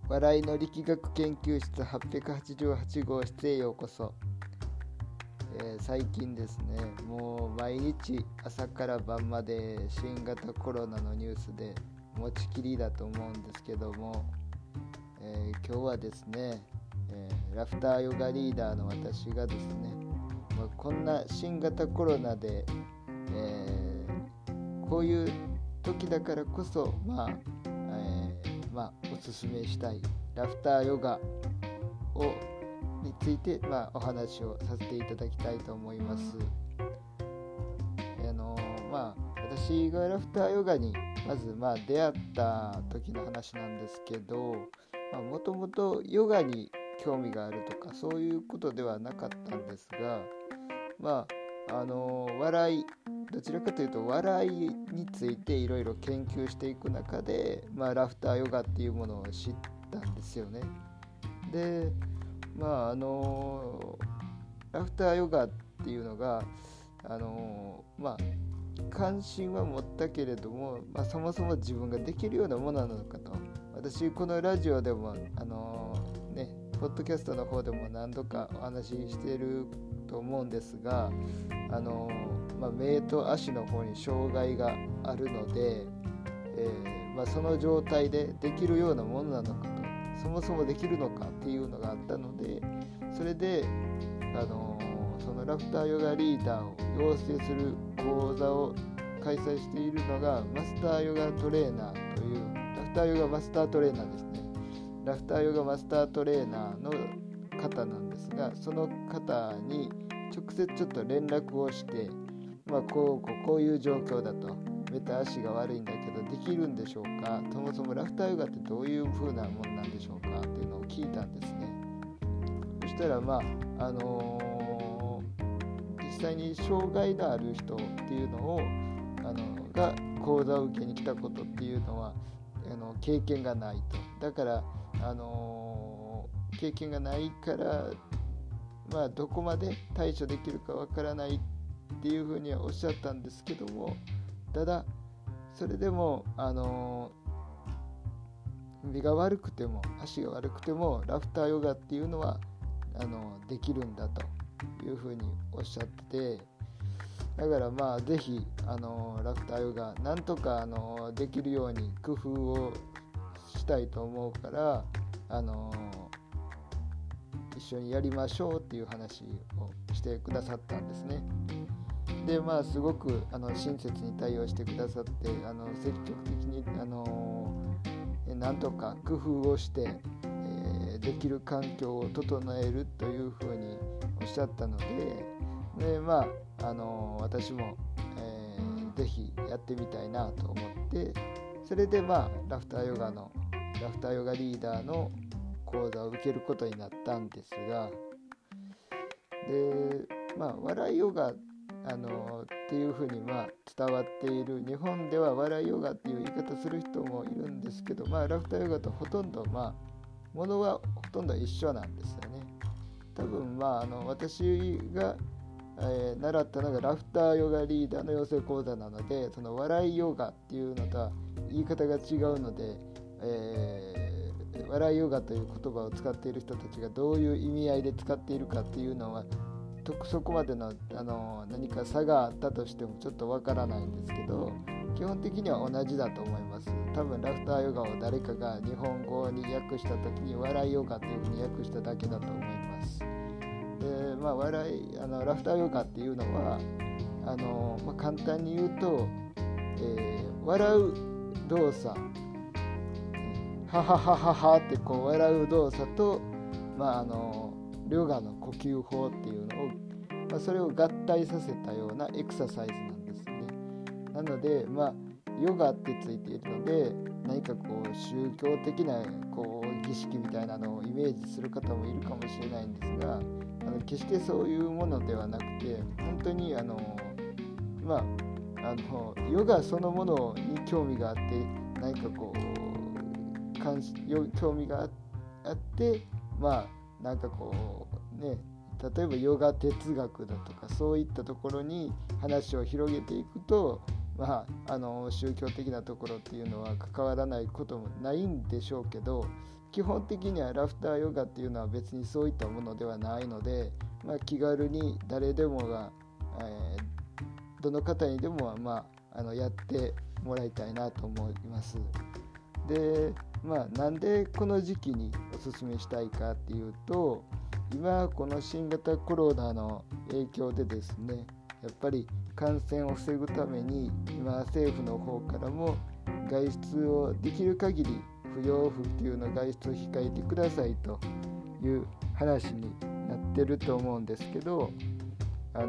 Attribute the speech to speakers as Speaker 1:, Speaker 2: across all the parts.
Speaker 1: 笑いの力学研究室888号室へようこそ。最近ですね、もう毎日朝から晩まで新型コロナのニュースで持ちきりだと思うんですけども、今日はですね、ラフターヨガリーダーの私がですね、こんな新型コロナで、こういう時だからこそおすすめしたいラフターヨガについて、お話をさせていただきたいと思います。私がラフターヨガにまず出会った時の話なんですけど、もともとヨガに興味があるとかそういうことではなかったんですが、どちらかというと笑いについていろいろ研究していく中で、ラフターヨガっていうものを知ったんですよね。で、ラフターヨガっていうのが関心は持ったけれども、そもそも自分ができるようなものなのかと。私このラジオでもポッドキャストの方でも何度かお話ししていると思うんですが、目と足の方に障害があるので、その状態でできるようなものなのかと、そもそもできるのかっていうのがあったので、それでそのラフターヨガリーダーを養成する講座を開催しているのがマスターヨガトレーナーというラフターヨガマスタートレーナーですね。ラフターヨガマスタートレーナーの方なんですが、その方に直接ちょっと連絡をして、こういう状況だと、目と足が悪いんだけどできるんでしょうか、そもそもラフターヨガってどういう風なもんなんでしょうかっていうのを聞いたんですね。そしたら実際に障害のある人っていうのをが講座を受けに来たことっていうのは経験がないと。だから経験がないからどこまで対処できるかわからないっていうふうにはおっしゃったんですけども、ただそれでも目が悪くても足が悪くてもラフターヨガっていうのはできるんだというふうにおっしゃってて、だからぜひラフターヨガなんとかできるように工夫をしたいと思うから一緒にやりましょうっていう話をしてくださったんですね。ですごく親切に対応してくださって、積極的になんとか工夫をして、できる環境を整えるというふうにおっしゃったので、私も、ぜひやってみたいなと思って、それでラフターヨガリーダーの講座を受けることになったんですが、で笑いヨガっていうふうに伝わっている、日本では笑いヨガっていう言い方する人もいるんですけど、ラフターヨガとほとんどものはほとんど一緒なんですよね。多分私が、習ったのがラフターヨガリーダーの養成講座なので、その笑いヨガっていうのとは言い方が違うので、笑いヨガという言葉を使っている人たちがどういう意味合いで使っているかっていうのはそこまでの、何か差があったとしてもちょっとわからないんですけど、基本的には同じだと思います。多分ラフターヨガを誰かが日本語に訳した時に笑いヨガというふうに訳しただけだと思います。で、ラフターヨガっていうのは簡単に言うと、笑う動作、はははははって笑う動作と、ヨガの呼吸法っていうのを、それを合体させたようなエクササイズなんですね。なのでヨガってついているので、何か宗教的な儀式みたいなのをイメージする方もいるかもしれないんですが、決してそういうものではなくて、本当にヨガそのものに興味があって、何か興味があって例えばヨガ哲学だとかそういったところに話を広げていくと、 宗教的なところっていうのは関わらないこともないんでしょうけど、基本的にはラフターヨガっていうのは別にそういったものではないので、気軽に誰でもが、どの方にでも、やってもらいたいなと思います。で、なんでこの時期におすすめしたいかっていうと、今この新型コロナの影響でですね、やっぱり感染を防ぐために今政府の方からも外出をできる限り不要不急の外出を控えてくださいという話になってると思うんですけど、やっ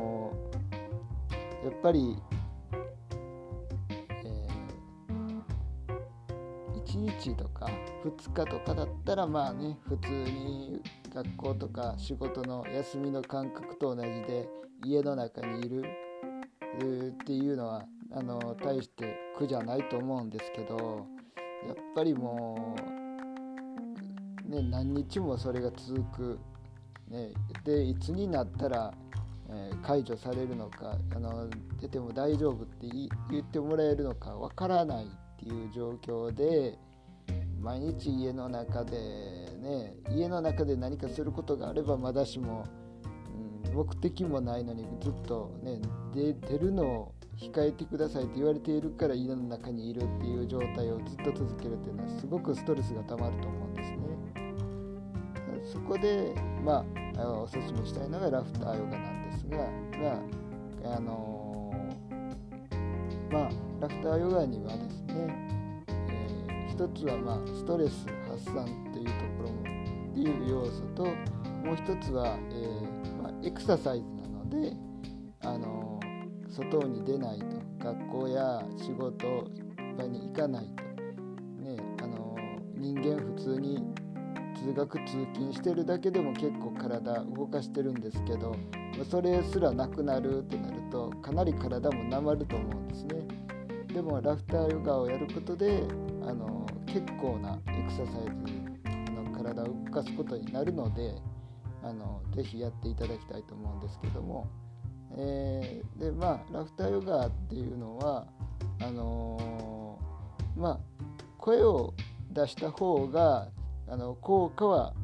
Speaker 1: ぱり、1日とか2日とかだったら普通に学校とか仕事の休みの感覚と同じで家の中にいるっていうのは大して苦じゃないと思うんですけど、やっぱりもう、何日もそれが続く、でいつになったら、解除されるのか出ても大丈夫って言ってもらえるのかわからないっていう状況で、毎日家の中で何かすることがあればまだしも、目的もないのにずっと出るのを控えてくださいって言われているから家の中にいるっていう状態をずっと続けるっていうのはすごくストレスがたまると思うんですね。そこでおすすめしたいのがラフターヨガなんですが、ラフターヨガにはですね、一つはストレス発散というところもっていう要素と、もう一つは、エクササイズなので外に出ないと、学校や仕事場に行かないと、人間普通に通学通勤してるだけでも結構体動かしてるんですけど、それすらなくなるってなるとかなり体もなまると思うんですね。でもラフターヨガをやることで結構なエクササイズ体を動かすことになるのでぜひやっていただきたいと思うんですけども、でラフターヨガっていうのは声を出した方が効果は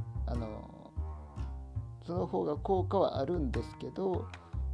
Speaker 1: その方が効果はあるんですけど、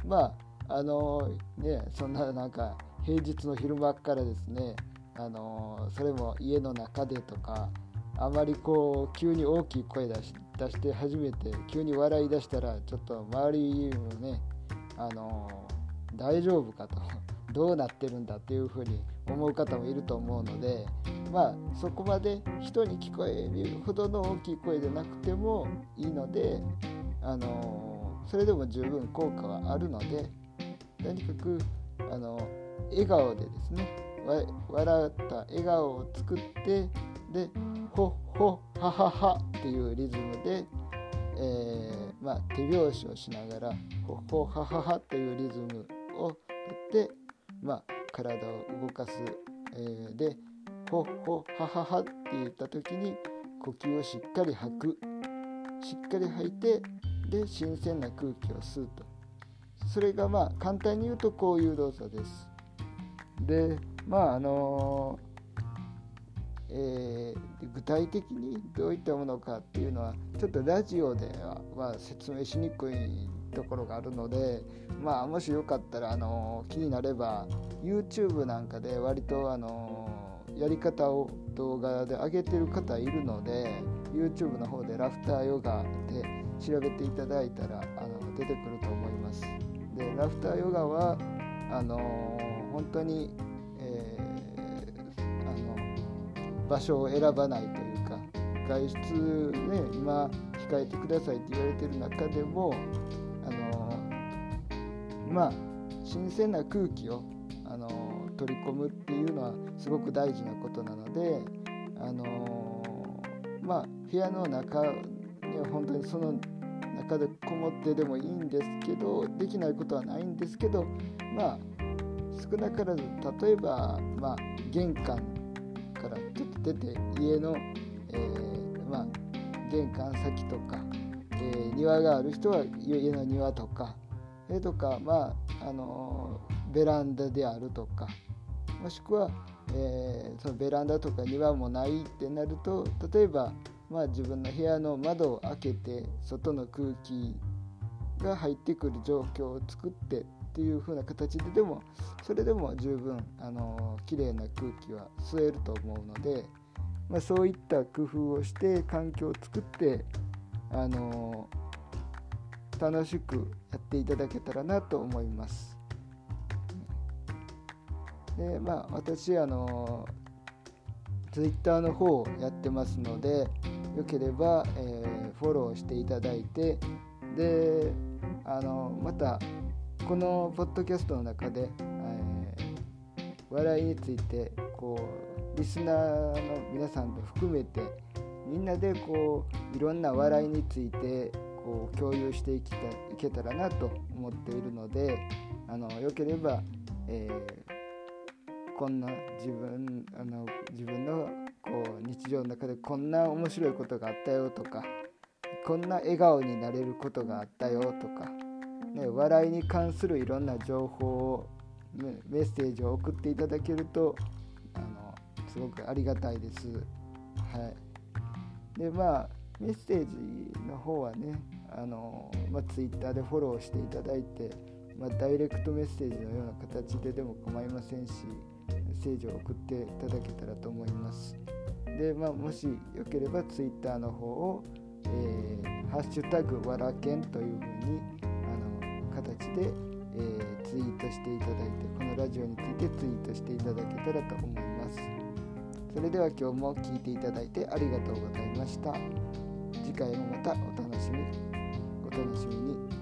Speaker 1: そんな平日の昼間からですねそれも家の中でとか、あまり急に大きい声出して初めて急に笑い出したらちょっと周りも大丈夫かとどうなってるんだっていうふうに思う方もいると思うので、そこまで人に聞こえるほどの大きい声でなくてもいいのでそれでも十分効果はあるので、とにかく笑顔でですね笑った笑顔を作って、でほほはははっていうリズムで、手拍子をしながらほほはははというリズムをやって、体を動かす、でほほはははって言った時に呼吸をしっかり吐く、しっかり吐いて、で新鮮な空気を吸うと、それが簡単に言うとこういう動作です。で具体的にどういったものかっていうのはちょっとラジオでは説明しにくいところがあるので、もしよかったら気になれば YouTube なんかで割とやり方を動画で上げてる方いるので、 YouTube の方でラフターヨガで調べていただいたら出てくると思います。でラフターヨガは本当に、場所を選ばないというか、外出今控えてくださいって言われてる中でも新鮮な空気を取り込むっていうのはすごく大事なことなので、部屋の中には本当にその中でこもってでもいいんですけど、できないことはないんですけど、少なからず例えば、玄関からちょっと出て家の、玄関先とか、庭がある人は家の庭とか、 それとか、ベランダであるとか、もしくは、そのベランダとか庭もないってなると、例えば、自分の部屋の窓を開けて外の空気が入ってくる状況を作ってっていう風な形ででもそれでも十分きれいな空気は吸えると思うので、そういった工夫をして環境を作って楽しくやっていただけたらなと思います。で私Twitter の方をやってますので、よければ、フォローしていただいて、でまたこのポッドキャストの中で、笑いについてリスナーの皆さんと含めてみんなでいろんな笑いについて共有していけたらなと思っているので、よければ、こんな自分の日常の中でこんな面白いことがあったよとか、こんな笑顔になれることがあったよとか、笑いに関するいろんな情報をメッセージを送っていただけるとすごくありがたいです。でメッセージの方はねTwitter でフォローしていただいて、ダイレクトメッセージのような形ででも構いませんし、メッセージを送っていただけたらと思います。で、もしよければ Twitter の方を、ハッシュタグわらけんというふうに形で、ツイートしていただいて、このラジオについてツイートしていただけたらと思います。それでは今日も聞いていただいてありがとうございました。次回もまたお楽しみに。